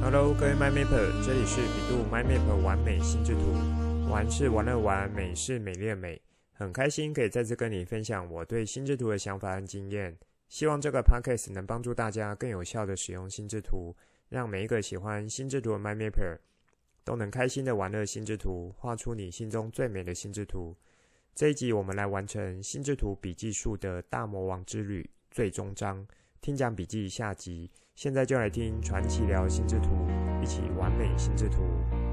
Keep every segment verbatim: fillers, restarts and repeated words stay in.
Hello， 各位 MyMapper， 这里是比度 MyMap 完美心智图，玩是玩了玩，美是美丽的美，很开心可以再次跟你分享我对心智图的想法和经验。希望这个 Podcast 能帮助大家更有效的使用心智图，让每一个喜欢心智图的 MyMapper 都能开心的玩乐心智图，画出你心中最美的心智图。这一集我们来完成心智图笔记术的大魔王之旅最终章，听讲笔记下集。现在就来听传奇聊心智图，一起完美心智图。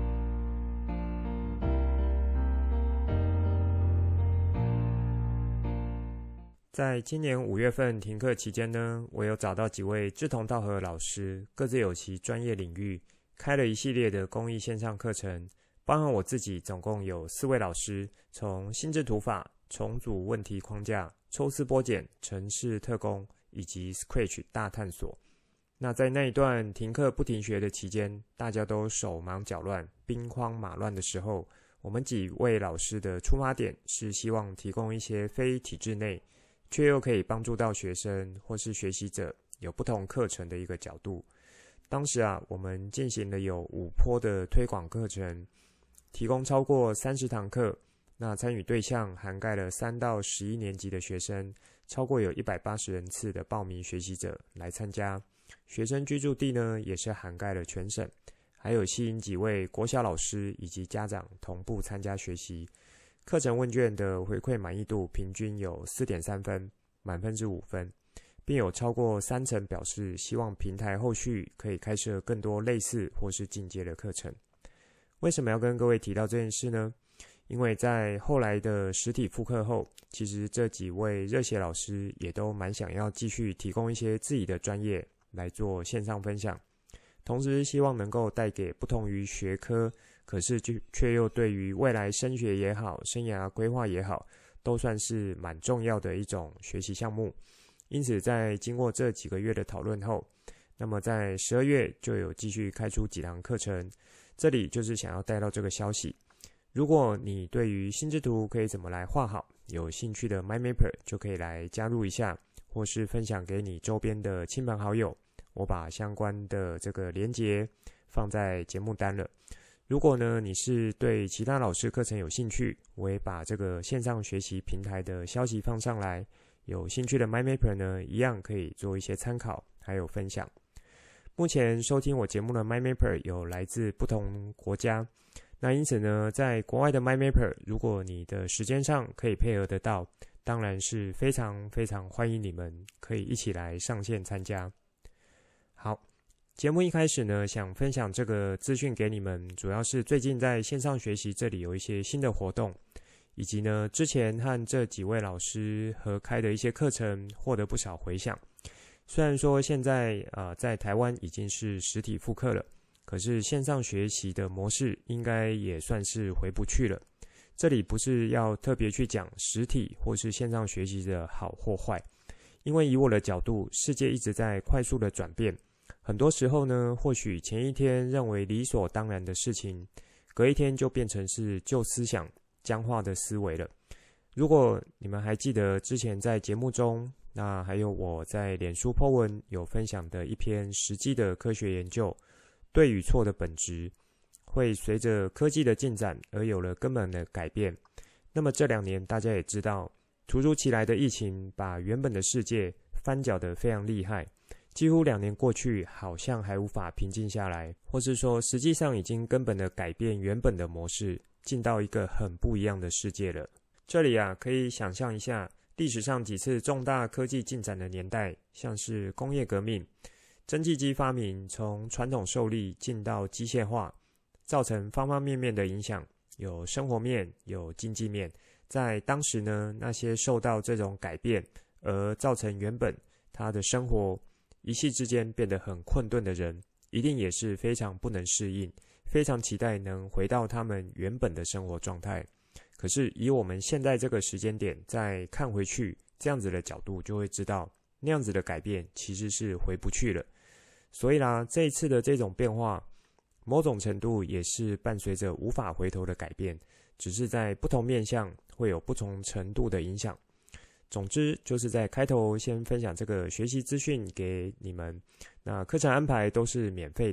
在今年五月份停课期间呢，我有找到几位志同道合的老师，各自有其专业领域，开了一系列的公益线上课程，包含我自己总共有四位老师，从心智图法、重组问题框架、抽丝剥茧、程式特工以及 Scratch 大探索。那在那一段停课不停学的期间，大家都手忙脚乱、兵荒马乱的时候，我们几位老师的出发点是希望提供一些非体制内，却又可以帮助到学生或是学习者有不同课程的一个角度。当时啊，我们进行了有五波的推广课程，提供超过三十堂课，那参与对象涵盖了三到十一年级的学生，超过有一百八十人次的报名学习者来参加。学生居住地呢，也是涵盖了全省，还有吸引几位国小老师以及家长同步参加学习。课程问卷的回馈满意度平均有 四点三 分，满分是五分，并有超过三成表示希望平台后续可以开设更多类似或是进阶的课程。为什么要跟各位提到这件事呢？因为在后来的实体复课后，其实这几位热血老师也都蛮想要继续提供一些自己的专业来做线上分享，同时希望能够带给不同于学科，可是却又对于未来升学也好、生涯规划也好，都算是蛮重要的一种学习项目。因此在经过这几个月的讨论后，那么在十二月就有继续开出几堂课程。这里就是想要带到这个消息，如果你对于心智图可以怎么来画好有兴趣的 MyMapper 就可以来加入一下，或是分享给你周边的亲朋好友。我把相关的这个连结放在节目单了。如果呢你是对其他老师课程有兴趣，我也把这个线上学习平台的消息放上来，有兴趣的 MyMapper 呢一样可以做一些参考还有分享。目前收听我节目的 MyMapper 有来自不同国家，那因此呢在国外的 MyMapper 如果你的时间上可以配合得到，当然是非常非常欢迎你们可以一起来上线参加。好，节目一开始呢，想分享这个资讯给你们，主要是最近在线上学习这里有一些新的活动，以及呢之前和这几位老师合开的一些课程获得不少回响。虽然说现在呃在台湾已经是实体复课了，可是线上学习的模式应该也算是回不去了。这里不是要特别去讲实体或是线上学习的好或坏，因为以我的角度，世界一直在快速的转变。很多时候呢，或许前一天认为理所当然的事情，隔一天就变成是旧思想、僵化的思维了。如果你们还记得之前在节目中，那还有我在脸书 po 文有分享的一篇实际的科学研究，对与错的本质，会随着科技的进展而有了根本的改变。那么这两年大家也知道，突如其来的疫情把原本的世界翻搅得非常厉害。几乎两年过去，好像还无法平静下来，或是说实际上已经根本的改变原本的模式，进到一个很不一样的世界了。这里啊，可以想象一下历史上几次重大科技进展的年代，像是工业革命、蒸汽机发明，从传统受力进到机械化，造成方方面面的影响，有生活面，有经济面。在当时呢，那些受到这种改变而造成原本他的生活一夕之间变得很困顿的人，一定也是非常不能适应，非常期待能回到他们原本的生活状态。可是以我们现在这个时间点再看回去，这样子的角度就会知道，那样子的改变其实是回不去了。所以啦，这一次的这种变化，某种程度也是伴随着无法回头的改变，只是在不同面向会有不同程度的影响。总之就是在开头先分享这个学习资讯给你们，那课程安排都是免费的，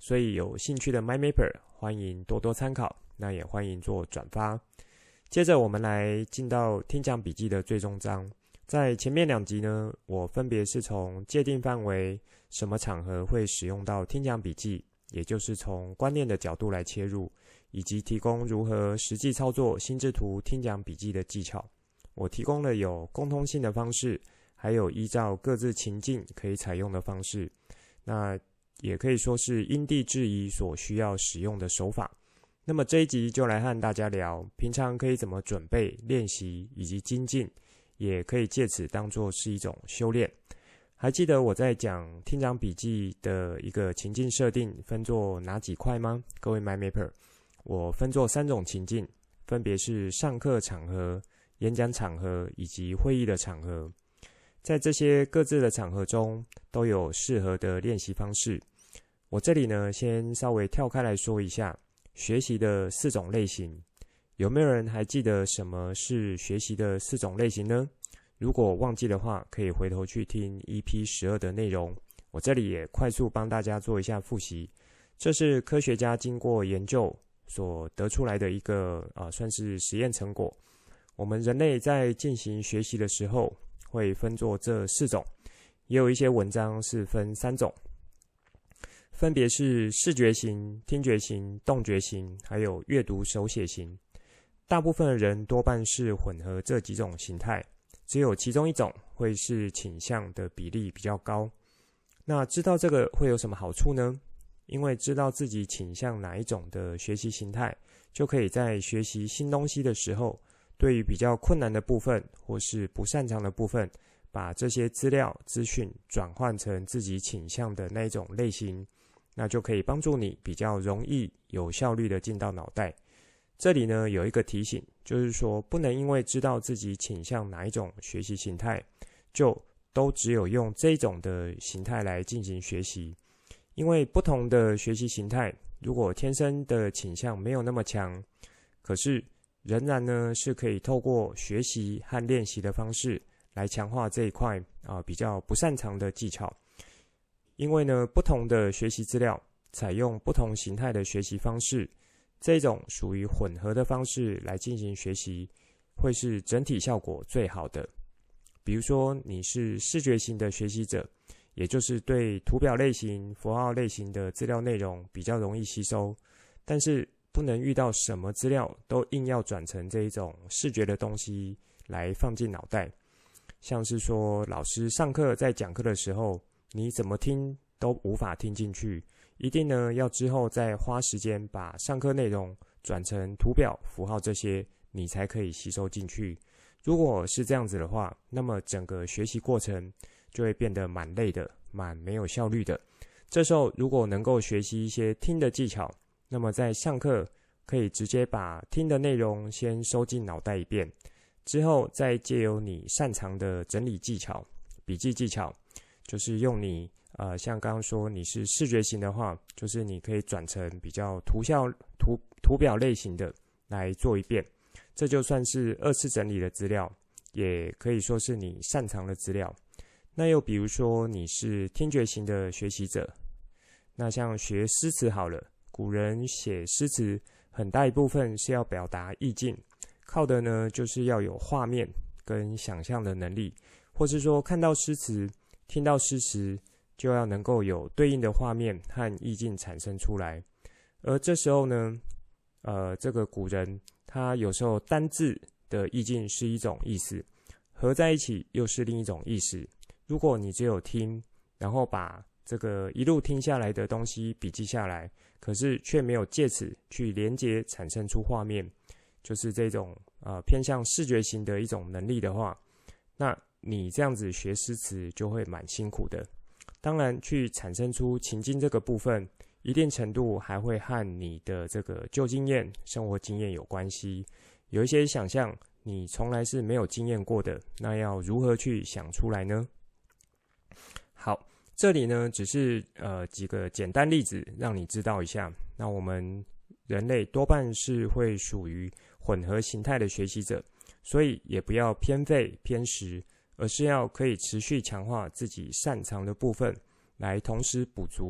所以有兴趣的 MyMapper 欢迎多多参考，那也欢迎做转发。接着我们来进到听讲笔记的最终章。在前面两集呢，我分别是从界定范围、什么场合会使用到听讲笔记，也就是从观念的角度来切入，以及提供如何实际操作心智图听讲笔记的技巧。我提供了有共通性的方式，还有依照各自情境可以采用的方式，那也可以说是因地制宜所需要使用的手法。那么这一集就来和大家聊，平常可以怎么准备、练习以及精进，也可以借此当作是一种修炼。还记得我在讲听讲笔记的一个情境设定分作哪几块吗？各位 MyMapper， 我分作三种情境，分别是上课场合、演讲场合以及会议的场合。在这些各自的场合中都有适合的练习方式。我这里呢先稍微跳开来说一下学习的四种类型。有没有人还记得什么是学习的四种类型呢？如果忘记的话，可以回头去听 E P 十二 的内容。我这里也快速帮大家做一下复习。这是科学家经过研究所得出来的一个啊、呃，算是实验成果。我们人类在进行学习的时候，会分作这四种，也有一些文章是分三种，分别是视觉型、听觉型、动觉型，还有阅读手写型。大部分的人多半是混合这几种形态，只有其中一种会是倾向的比例比较高。那知道这个会有什么好处呢？因为知道自己倾向哪一种的学习形态，就可以在学习新东西的时候，对于比较困难的部分或是不擅长的部分，把这些资料资讯转换成自己倾向的那一种类型，那就可以帮助你比较容易有效率的进到脑袋。这里呢有一个提醒，就是说不能因为知道自己倾向哪一种学习形态，就都只有用这种的形态来进行学习。因为不同的学习形态，如果天生的倾向没有那么强，可是仍然呢是可以透过学习和练习的方式来强化这一块啊、呃、比较不擅长的技巧。因为呢不同的学习资料采用不同形态的学习方式，这种属于混合的方式来进行学习，会是整体效果最好的。比如说你是视觉型的学习者，也就是对图表类型、符号类型的资料内容比较容易吸收，但是不能遇到什么资料都硬要转成这一种视觉的东西来放进脑袋。像是说老师上课在讲课的时候，你怎么听都无法听进去，一定呢要之后再花时间把上课内容转成图表、符号这些，你才可以吸收进去。如果是这样子的话，那么整个学习过程就会变得蛮累的，蛮没有效率的。这时候如果能够学习一些听的技巧，那么在上课可以直接把听的内容先收进脑袋一遍，之后再借由你擅长的整理技巧、笔记技巧，就是用你呃，像刚刚说你是视觉型的话，就是你可以转成比较图像图图表类型的来做一遍，这就算是二次整理的资料，也可以说是你擅长的资料。那又比如说你是听觉型的学习者，那像学诗词好了，古人写诗词很大一部分是要表达意境，靠的呢就是要有画面跟想象的能力，或是说看到诗词、听到诗词，就要能够有对应的画面和意境产生出来。而这时候呢，呃，这个古人他有时候单字的意境是一种意思，合在一起又是另一种意思。如果你只有听，然后把这个一路听下来的东西笔记下来，可是却没有借此去连接产生出画面，就是这种呃偏向视觉型的一种能力的话，那你这样子学诗词就会蛮辛苦的。当然去产生出情境这个部分，一定程度还会和你的这个旧经验、生活经验有关系。有一些想象你从来是没有经验过的，那要如何去想出来呢？好，这里呢只是呃几个简单例子让你知道一下。那我们人类多半是会属于混合形态的学习者，所以也不要偏废偏食，而是要可以持续强化自己擅长的部分，来同时补足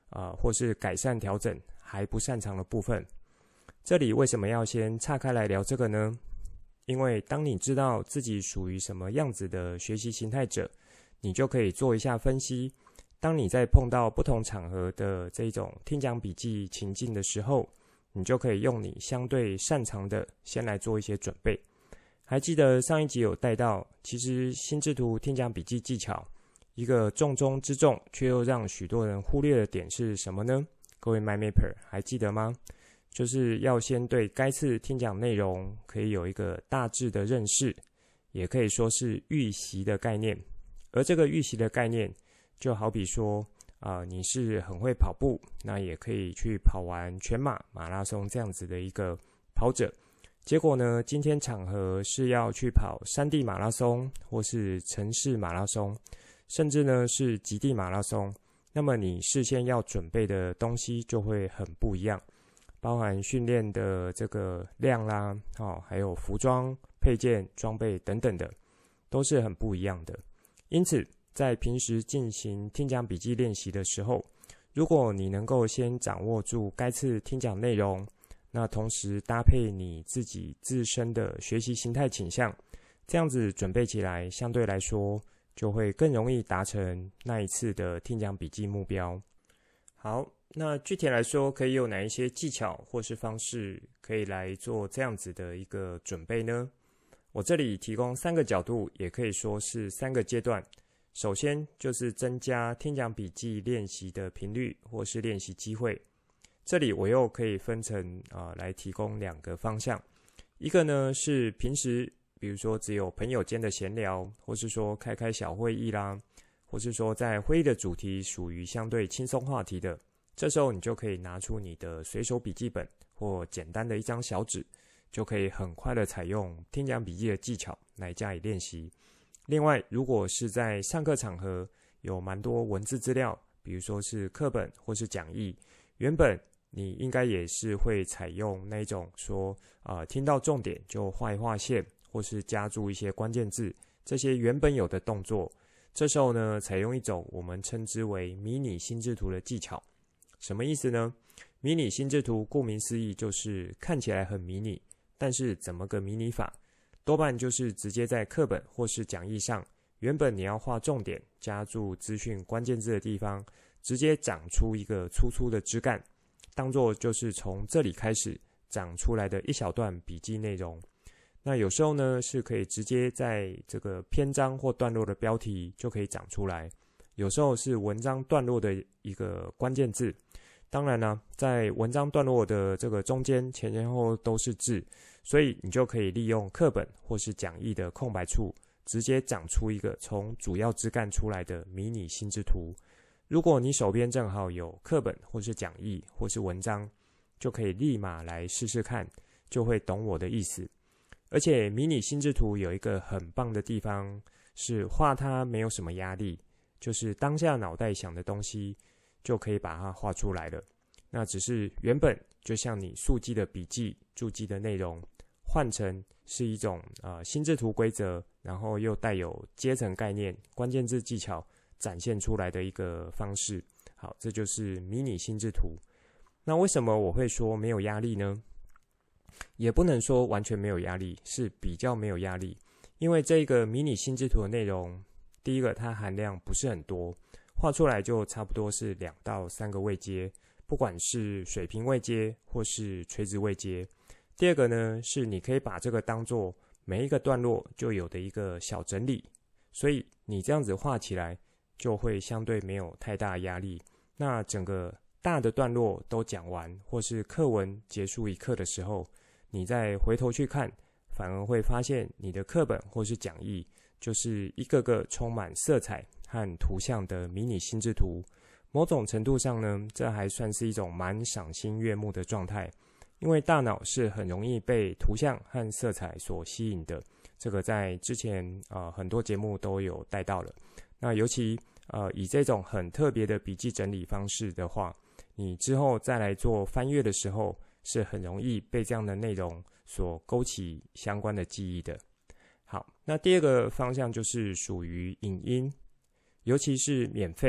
啊、呃，或是改善调整还不擅长的部分。这里为什么要先岔开来聊这个呢？因为当你知道自己属于什么样子的学习形态者，你就可以做一下分析。当你在碰到不同场合的这种听讲笔记情境的时候，你就可以用你相对擅长的先来做一些准备。还记得上一集有带到，其实心智图听讲笔记技巧一个重中之重却又让许多人忽略的点是什么呢？各位 MyMapper 还记得吗？就是要先对该次听讲内容可以有一个大致的认识，也可以说是预习的概念。而这个预习的概念就好比说啊、呃，你是很会跑步，那也可以去跑完全马、马拉松这样子的一个跑者。结果呢，今天场合是要去跑山地马拉松，或是城市马拉松，甚至呢是极地马拉松。那么你事先要准备的东西就会很不一样，包含训练的这个量啦，哦，还有服装、配件、装备等等的，都是很不一样的。因此，在平时进行听讲笔记练习的时候，如果你能够先掌握住该次听讲内容，那同时搭配你自己自身的学习形态倾向，这样子准备起来相对来说就会更容易达成那一次的听讲笔记目标。好，那具体来说可以有哪一些技巧或是方式可以来做这样子的一个准备呢？我这里提供三个角度，也可以说是三个阶段。首先就是增加听讲笔记练习的频率或是练习机会。这里我又可以分成啊、呃、来提供两个方向。一个呢是平时比如说只有朋友间的闲聊，或是说开开小会议啦，或是说在会议的主题属于相对轻松话题的，这时候你就可以拿出你的随手笔记本或简单的一张小纸，就可以很快的采用听讲笔记的技巧来加以练习。另外，如果是在上课场合有蛮多文字资料，比如说是课本或是讲义，原本你应该也是会采用那种说啊、呃，听到重点就画一画线，或是加注一些关键字，这些原本有的动作。这时候呢，采用一种我们称之为迷你心智图的技巧。什么意思呢？迷你心智图顾名思义就是看起来很迷你，但是怎么个迷你法？多半就是直接在课本或是讲义上，原本你要画重点、加注资讯关键字的地方，直接长出一个粗粗的枝干，当作就是从这里开始长出来的一小段笔记内容。那有时候呢，是可以直接在这个篇章或段落的标题就可以长出来，有时候是文章段落的一个关键字。当然呢，在文章段落的这个中间前前后后都是字，所以你就可以利用课本或是讲义的空白处，直接长出一个从主要枝干出来的迷你心智图。如果你手边正好有课本或是讲义或是文章，就可以立马来试试看，就会懂我的意思。而且迷你心智图有一个很棒的地方，是画它没有什么压力，就是当下脑袋想的东西就可以把它画出来了。那只是原本就像你速记的笔记、注记的内容，换成是一种呃心智图规则，然后又带有阶层概念、关键字技巧展现出来的一个方式。好，这就是迷你心智图。那为什么我会说没有压力呢？也不能说完全没有压力，是比较没有压力。因为这个迷你心智图的内容，第一个它含量不是很多，画出来就差不多是两到三个位阶，不管是水平位阶或是垂直位阶。第二个呢，是你可以把这个当作每一个段落就有的一个小整理，所以你这样子画起来就会相对没有太大压力。那整个大的段落都讲完，或是课文结束一课的时候，你再回头去看，反而会发现你的课本或是讲义就是一个个充满色彩和图像的迷你心智图。某种程度上呢，这还算是一种蛮赏心悦目的状态，因为大脑是很容易被图像和色彩所吸引的。这个在之前呃很多节目都有带到了。那尤其呃以这种很特别的笔记整理方式的话，你之后再来做翻阅的时候，是很容易被这样的内容所勾起相关的记忆的。好，那第二个方向就是属于影音，尤其是免费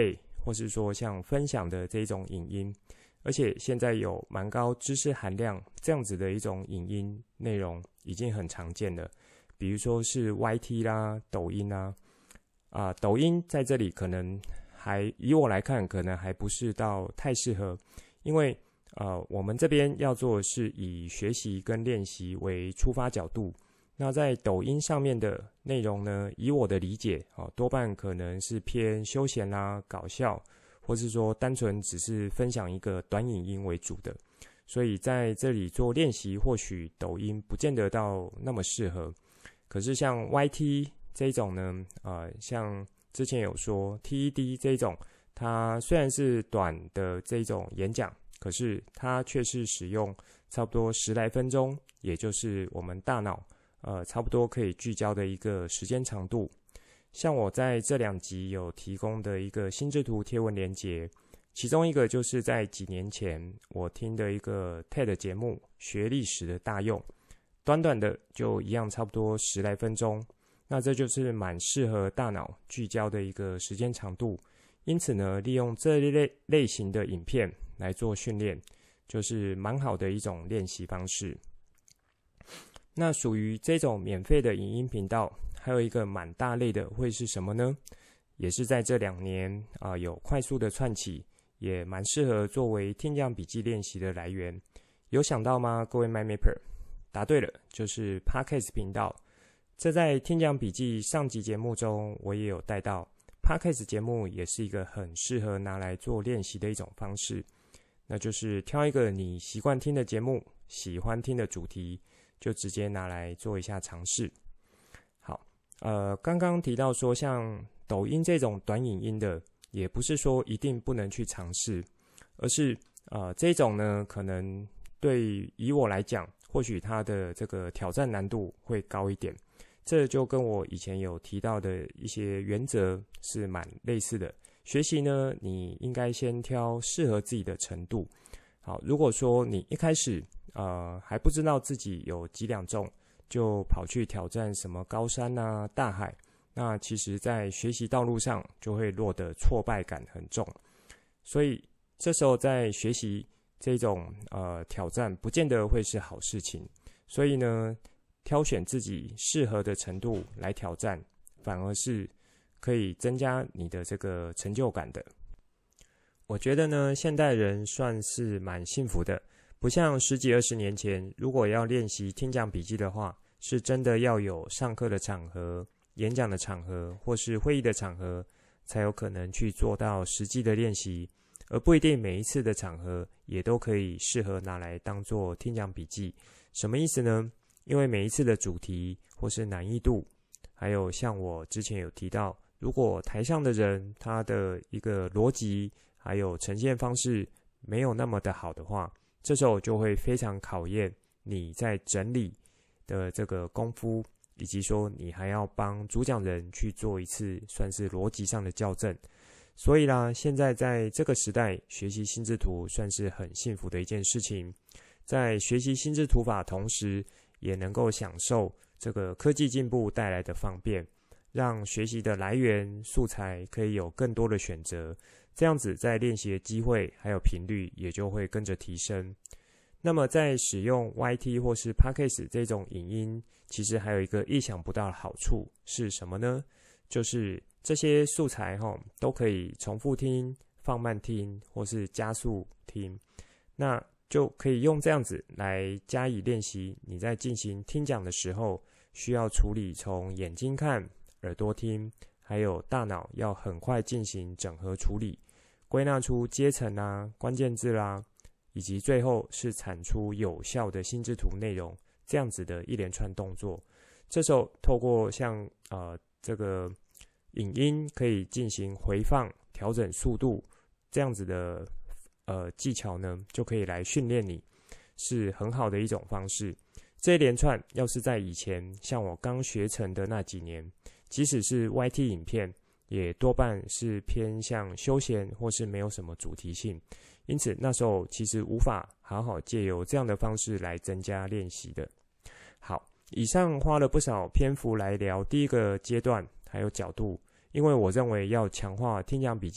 或是说像分享的这种影音，而且现在有蛮高知识含量这样子的一种影音内容已经很常见了，比如说是 Y T 啦、抖音啦，啊、抖音在这里可能还以我来看，可能还不是到太适合，因为呃我们这边要做的是以学习跟练习为出发角度。那在抖音上面的内容呢，以我的理解，哦，多半可能是偏休闲啦、搞笑，或是说单纯只是分享一个短影音为主的。所以在这里做练习，或许抖音不见得到那么适合。可是像 Y T 这一种呢，呃，像之前有说 T E D 这一种，它虽然是短的这种演讲，可是它却是使用差不多十来分钟，也就是我们大脑呃，差不多可以聚焦的一个时间长度。像我在这两集有提供的一个心智图贴文连结，其中一个就是在几年前我听的一个 T E D 节目学历史的大用，短短的就一样差不多十来分钟，那这就是蛮适合大脑聚焦的一个时间长度。因此呢，利用这类类型的影片来做训练，就是蛮好的一种练习方式。那属于这种免费的影音频道，还有一个蛮大类的会是什么呢？也是在这两年啊、呃、有快速的窜起，也蛮适合作为听讲笔记练习的来源。有想到吗，各位 MyMapper？ 答对了，就是 Podcast 频道。这在听讲笔记上集节目中我也有带到， Podcast 节目也是一个很适合拿来做练习的一种方式。那就是挑一个你习惯听的节目，喜欢听的主题，就直接拿来做一下尝试。好，呃，刚刚提到说像抖音这种短影音的，也不是说一定不能去尝试，而是呃这种呢，可能对以我来讲，或许它的这个挑战难度会高一点。这就跟我以前有提到的一些原则是蛮类似的。学习呢，你应该先挑适合自己的程度。好，如果说你一开始呃，还不知道自己有几两重，就跑去挑战什么高山啊、大海，那其实在学习道路上就会落得挫败感很重。所以这时候在学习这种呃挑战，不见得会是好事情。所以呢，挑选自己适合的程度来挑战，反而是可以增加你的这个成就感的。我觉得呢，现代人算是蛮幸福的。不像十几二十年前，如果要练习听讲笔记的话，是真的要有上课的场合、演讲的场合或是会议的场合，才有可能去做到实际的练习，而不一定每一次的场合也都可以适合拿来当做听讲笔记。什么意思呢？因为每一次的主题或是难易度，还有像我之前有提到，如果台上的人他的一个逻辑还有呈现方式没有那么的好的话，这时候就会非常考验你在整理的这个功夫，以及说你还要帮主讲人去做一次算是逻辑上的校正。所以啦，现在在这个时代学习心智图算是很幸福的一件事情，在学习心智图法同时也能够享受这个科技进步带来的方便，让学习的来源素材可以有更多的选择，这样子在练习的机会还有频率也就会跟着提升。那么在使用 Y T 或是 Podcast 这种影音，其实还有一个意想不到的好处是什么呢？就是这些素材齁都可以重复听、放慢听或是加速听，那就可以用这样子来加以练习。你在进行听讲的时候，需要处理从眼睛看、耳朵听，还有大脑要很快进行整合处理，归纳出阶层啊、关键字啦、啊，以及最后是产出有效的心智图内容，这样子的一连串动作。这时候透过像呃这个影音可以进行回放、调整速度这样子的呃技巧呢，就可以来训练你，是很好的一种方式。这一连串要是在以前，像我刚学成的那几年，即使是 Y T 影片，也多半是偏向休闲或是没有什么主题性，因此那时候其实无法好好借由这样的方式来增加练习的。好，以上花了不少篇幅来聊第一个阶段还有角度，因为我认为要强化听讲笔记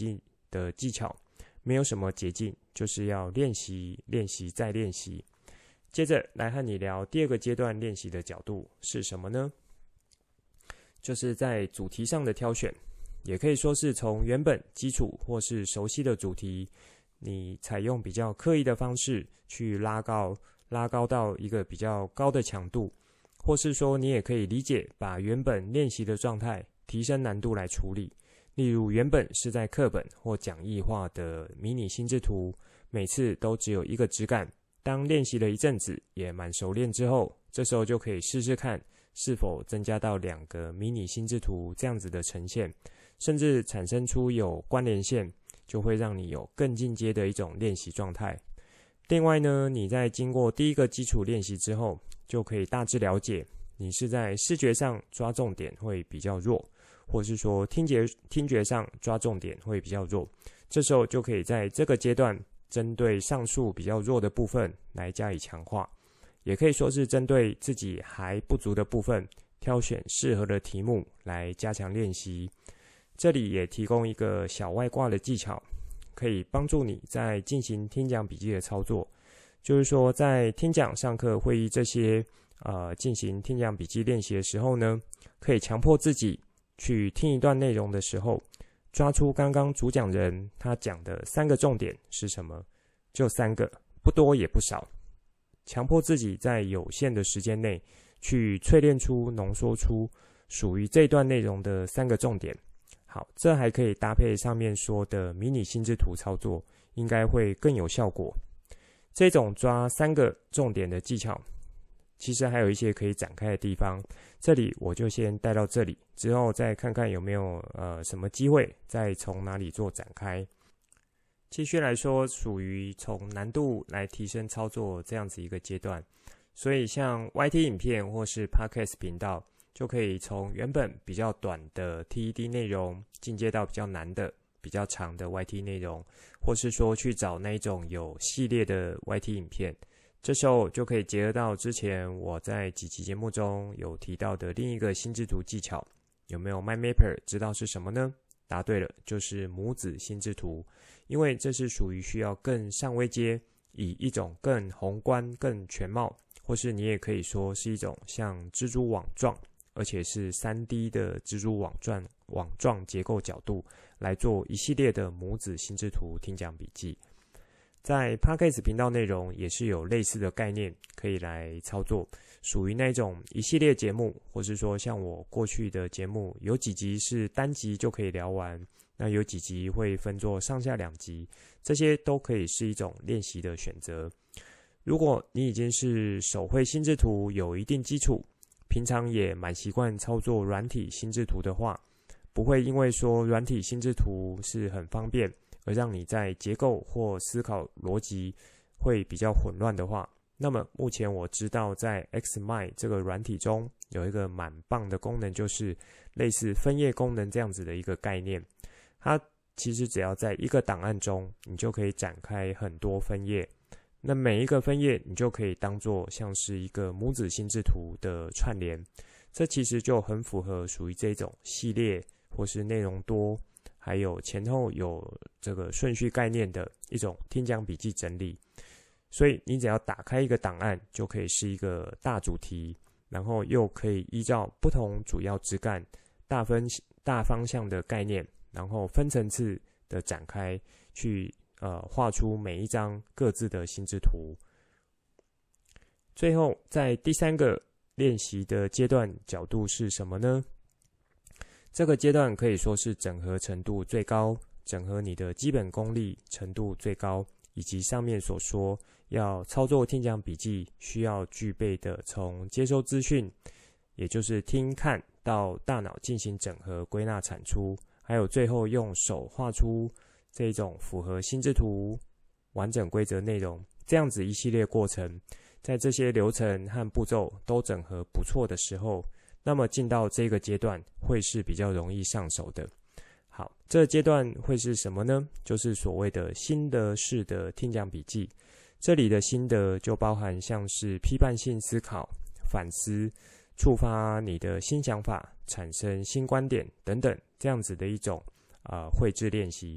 的技巧，没有什么捷径，就是要练习、练习再练习。接着来和你聊第二个阶段练习的角度是什么呢？就是在主题上的挑选，也可以说是从原本基础或是熟悉的主题，你采用比较刻意的方式去拉高，拉高到一个比较高的强度，或是说你也可以理解把原本练习的状态提升难度来处理。例如原本是在课本或讲义化的迷你心智图，每次都只有一个质感，当练习了一阵子也蛮熟练之后，这时候就可以试试看是否增加到两个迷你心智图这样子的呈现，甚至产生出有关联线，就会让你有更进阶的一种练习状态。另外呢，你在经过第一个基础练习之后，就可以大致了解你是在视觉上抓重点会比较弱，或是说听觉听觉上抓重点会比较弱，这时候就可以在这个阶段针对上述比较弱的部分来加以强化，也可以说是针对自己还不足的部分挑选适合的题目来加强练习。这里也提供一个小外挂的技巧，可以帮助你在进行听讲笔记的操作。就是说在听讲、上课、会议这些呃进行听讲笔记练习的时候呢，可以强迫自己去听一段内容的时候，抓出刚刚主讲人他讲的三个重点是什么，就三个，不多也不少，强迫自己在有限的时间内去淬炼出、浓缩出属于这段内容的三个重点。好，这还可以搭配上面说的迷你心智图操作，应该会更有效果。这种抓三个重点的技巧，其实还有一些可以展开的地方，这里我就先带到这里，之后再看看有没有呃什么机会再从哪里做展开。继续来说，属于从难度来提升操作这样子一个阶段，所以像 Y T 影片或是 Podcast 频道，就可以从原本比较短的 T E D 内容进阶到比较难的、比较长的 Y T 内容，或是说去找那一种有系列的 Y T 影片。这时候就可以结合到之前我在几期节目中有提到的另一个心智图技巧，有没有 MindMapper 知道是什么呢？答对了，就是母子心智图。因为这是属于需要更上位阶，以一种更宏观、更全貌，或是你也可以说是一种像蜘蛛网状，而且是 三 D 的蜘蛛网状网状结构角度来做一系列的母子心智图听讲笔记。在 Podcast 频道内容也是有类似的概念可以来操作，属于那种一系列节目，或是说像我过去的节目，有几集是单集就可以聊完，那有几集会分作上下两集，这些都可以是一种练习的选择。如果你已经是手绘心智图有一定基础，平常也蛮习惯操作软体心智图的话，不会因为说软体心智图是很方便，而让你在结构或思考逻辑会比较混乱的话，那么目前我知道在 Xmind 这个软体中有一个蛮棒的功能，就是类似分页功能这样子的一个概念。它其实只要在一个档案中，你就可以展开很多分页，那每一个分页你就可以当作像是一个母子心智图的串联，这其实就很符合属于这种系列或是内容多，还有前后有这个顺序概念的一种听讲笔记整理。所以你只要打开一个档案，就可以是一个大主题，然后又可以依照不同主要枝干、大分大方向的概念，然后分层次的展开，去呃画出每一张各自的心智图。最后，在第三个练习的阶段角度是什么呢？这个阶段可以说是整合程度最高，整合你的基本功力程度最高，以及上面所说要操作听讲笔记需要具备的从接收资讯，也就是听看到大脑进行整合归纳产出，还有最后用手画出这种符合心智图完整规则内容，这样子一系列过程，在这些流程和步骤都整合不错的时候，那么进到这个阶段会是比较容易上手的。好，这个阶段会是什么呢？就是所谓的心得式的听讲笔记。这里的心得就包含像是批判性思考、反思、触发你的新想法、产生新观点等等这样子的一种呃绘制练习。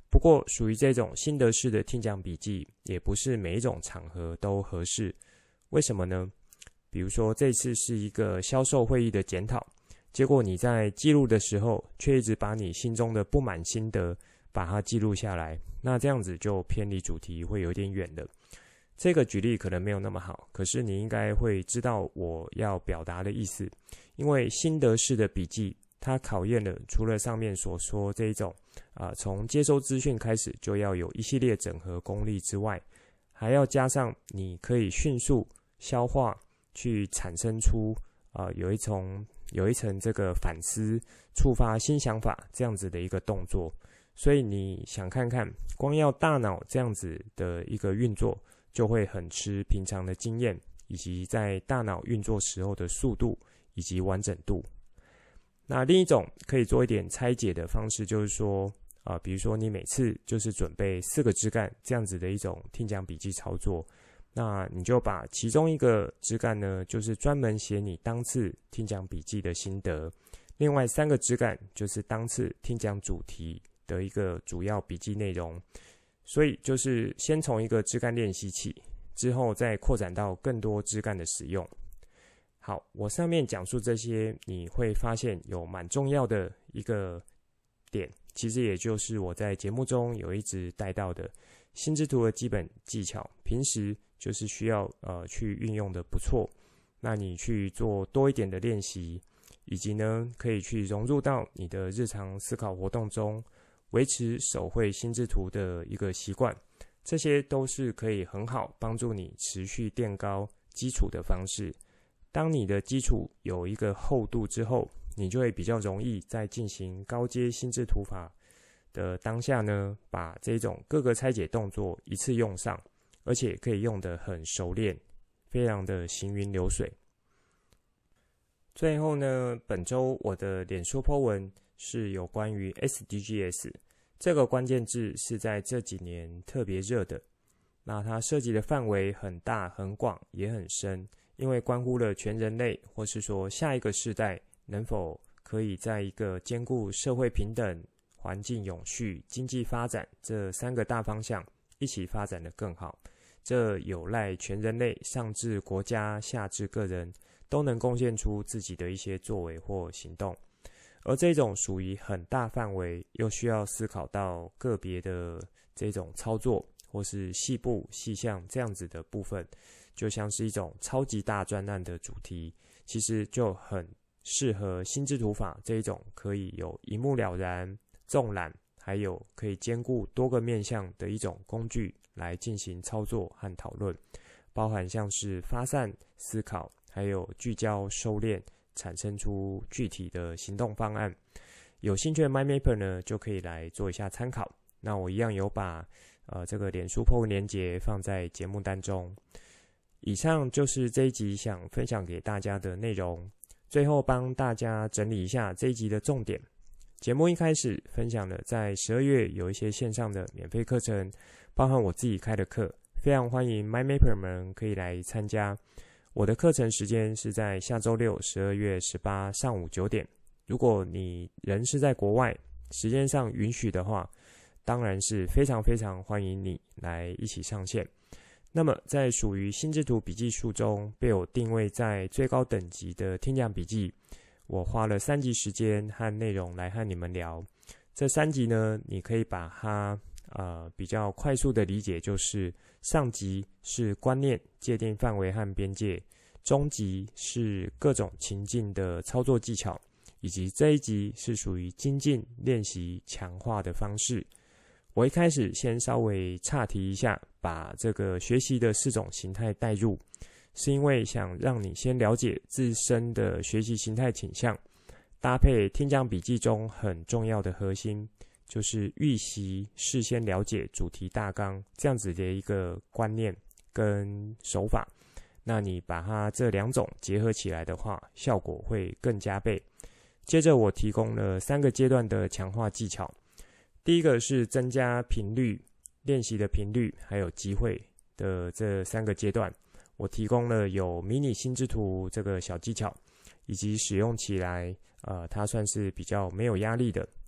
不过属于这种心得式的听讲笔记，也不是每一种场合都合适。为什么呢？比如说这次是一个销售会议的检讨，结果你在记录的时候，却一直把你心中的不满心得把它记录下来，那这样子就偏离主题，会有点远了。这个举例可能没有那么好，可是你应该会知道我要表达的意思。因为心得式的笔记，它考验了除了上面所说这一种啊、呃，从接收资讯开始就要有一系列整合功力之外，还要加上你可以迅速消化，去产生出啊、呃、有一层有一层这个反思、触发新想法这样子的一个动作。所以你想看看，光要大脑这样子的一个运作，就会很吃平常的经验，以及在大脑运作时候的速度以及完整度。那另一种可以做一点拆解的方式，就是说啊、呃，比如说你每次就是准备四个枝干这样子的一种听讲笔记操作，那你就把其中一个枝干呢，就是专门写你当次听讲笔记的心得，另外三个枝干就是当次听讲主题的一个主要笔记内容。所以就是先从一个枝干练习起，之后再扩展到更多枝干的使用。好，我上面讲述这些，你会发现有蛮重要的一个点，其实也就是我在节目中有一直带到的心智图的基本技巧，平时就是需要呃去运用的不错。那你去做多一点的练习，以及呢可以去融入到你的日常思考活动中，维持手绘心智图的一个习惯，这些都是可以很好帮助你持续垫高基础的方式。当你的基础有一个厚度之后，你就会比较容易在进行高阶心智图法的当下呢，把这种各个拆解动作一次用上，而且可以用得很熟练，非常的行云流水。最后呢，本周我的脸书 po 文是有关于 S D Gs 这个关键字，是在这几年特别热的。那它涉及的范围很大很广也很深，因为关乎了全人类，或是说下一个世代能否可以在一个兼顾社会平等、环境永续、经济发展这三个大方向一起发展得更好。这有赖全人类上至国家下至个人都能贡献出自己的一些作为或行动。而这种属于很大范围，又需要思考到个别的这种操作，或是细部细项这样子的部分，就像是一种超级大专案的主题，其实就很适合心智图法这一种可以有一目了然、纵览，还有可以兼顾多个面向的一种工具来进行操作和讨论，包含像是发散思考，还有聚焦收敛，产生出具体的行动方案。有兴趣的 MindMapper 呢，就可以来做一下参考。那我一样有把呃这个脸书 po 文连结放在节目单中。以上就是这一集想分享给大家的内容。最后帮大家整理一下这一集的重点。节目一开始分享了在十二月有一些线上的免费课程，包含我自己开的课，非常欢迎 MindMapper 们可以来参加。我的课程时间是在下周六十二月十八上午九点。如果你人是在国外，时间上允许的话，当然是非常非常欢迎你来一起上线。那么在属于心智图笔记术中被我定位在最高等级的听讲笔记，我花了三集时间和内容来和你们聊。这三集呢，你可以把它呃比较快速的理解，就是上集是观念、界定范围和边界，中集是各种情境的操作技巧，以及这一集是属于精进、练习、强化的方式。我一开始先稍微岔题一下，把这个学习的四种形态带入，是因为想让你先了解自身的学习形态倾向，搭配听讲笔记中很重要的核心，就是预习、事先了解主题大纲这样子的一个观念跟手法。那你把它这两种结合起来的话，效果会更加倍。接着我提供了三个阶段的强化技巧。第一个是增加频率，练习的频率还有机会的这三个阶段，我提供了有迷你心智图这个小技巧，以及使用起来呃，它算是比较没有压力的，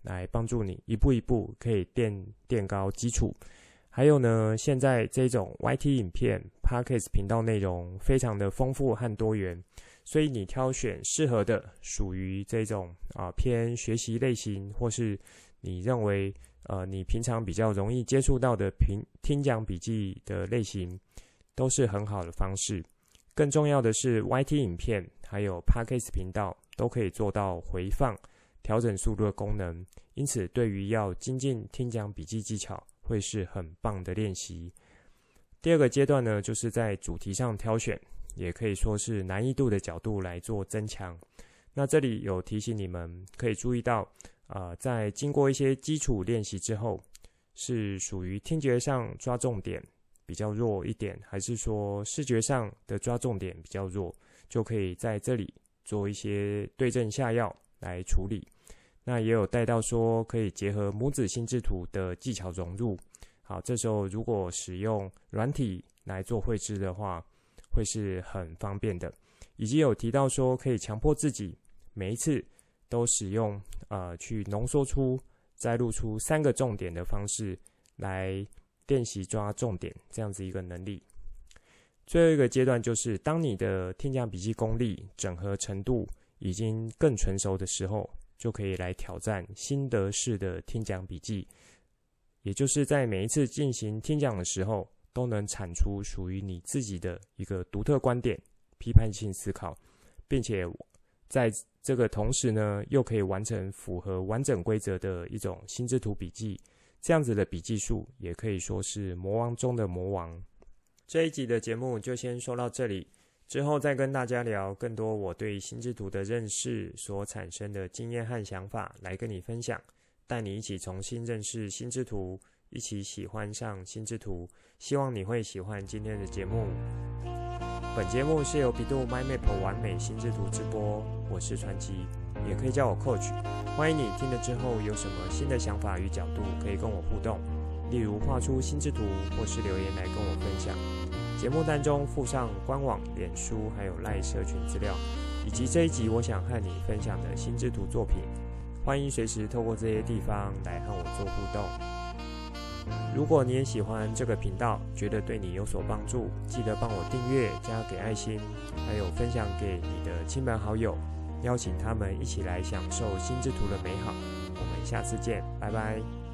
来帮助你一步一步可以垫垫高基础。还有呢，现在这种 Y T 影片 Podcast 频道内容非常的丰富和多元，所以你挑选适合的属于这种啊偏学习类型，或是你认为呃你平常比较容易接触到的听听讲笔记的类型，都是很好的方式。更重要的是 Y T 影片还有 Podcast 频道都可以做到回放调整速度的功能，因此对于要精进听讲笔记技巧会是很棒的练习。第二个阶段呢，就是在主题上挑选，也可以说是难易度的角度来做增强。那这里有提醒你们可以注意到呃，在经过一些基础练习之后，是属于听觉上抓重点比较弱一点，还是说视觉上的抓重点比较弱，就可以在这里做一些对症下药来处理。那也有带到说可以结合拇指心智图的技巧融入，好，这时候如果使用软体来做绘制的话，会是很方便的。以及有提到说可以强迫自己每一次都使用呃去浓缩出摘录出三个重点的方式来练习抓重点这样子一个能力。最后一个阶段就是当你的听讲笔记功力整合程度已经更成熟的时候，就可以来挑战心得式的听讲笔记，也就是在每一次进行听讲的时候，都能产出属于你自己的一个独特观点、批判性思考，并且在这个同时呢，又可以完成符合完整规则的一种心智图笔记，这样子的笔记术也可以说是魔王中的魔王。这一集的节目就先说到这里，之后再跟大家聊更多我对心智图的认识所产生的经验和想法来跟你分享，带你一起重新认识心智图，一起喜欢上心智图。希望你会喜欢今天的节目。本节目是由 Bidoo MyMap 完美心智图直播，我是传奇，也可以叫我 Coach。欢迎你听了之后有什么新的想法与角度可以跟我互动，例如画出心智图或是留言来跟我分享。节目单中附上官网、脸书还有 LINE 社群资料，以及这一集我想和你分享的心智图作品，欢迎随时透过这些地方来和我做互动。如果你也喜欢这个频道，觉得对你有所帮助，记得帮我订阅、加给爱心，还有分享给你的亲朋好友，邀请他们一起来享受心智图的美好。我们下次见，拜拜。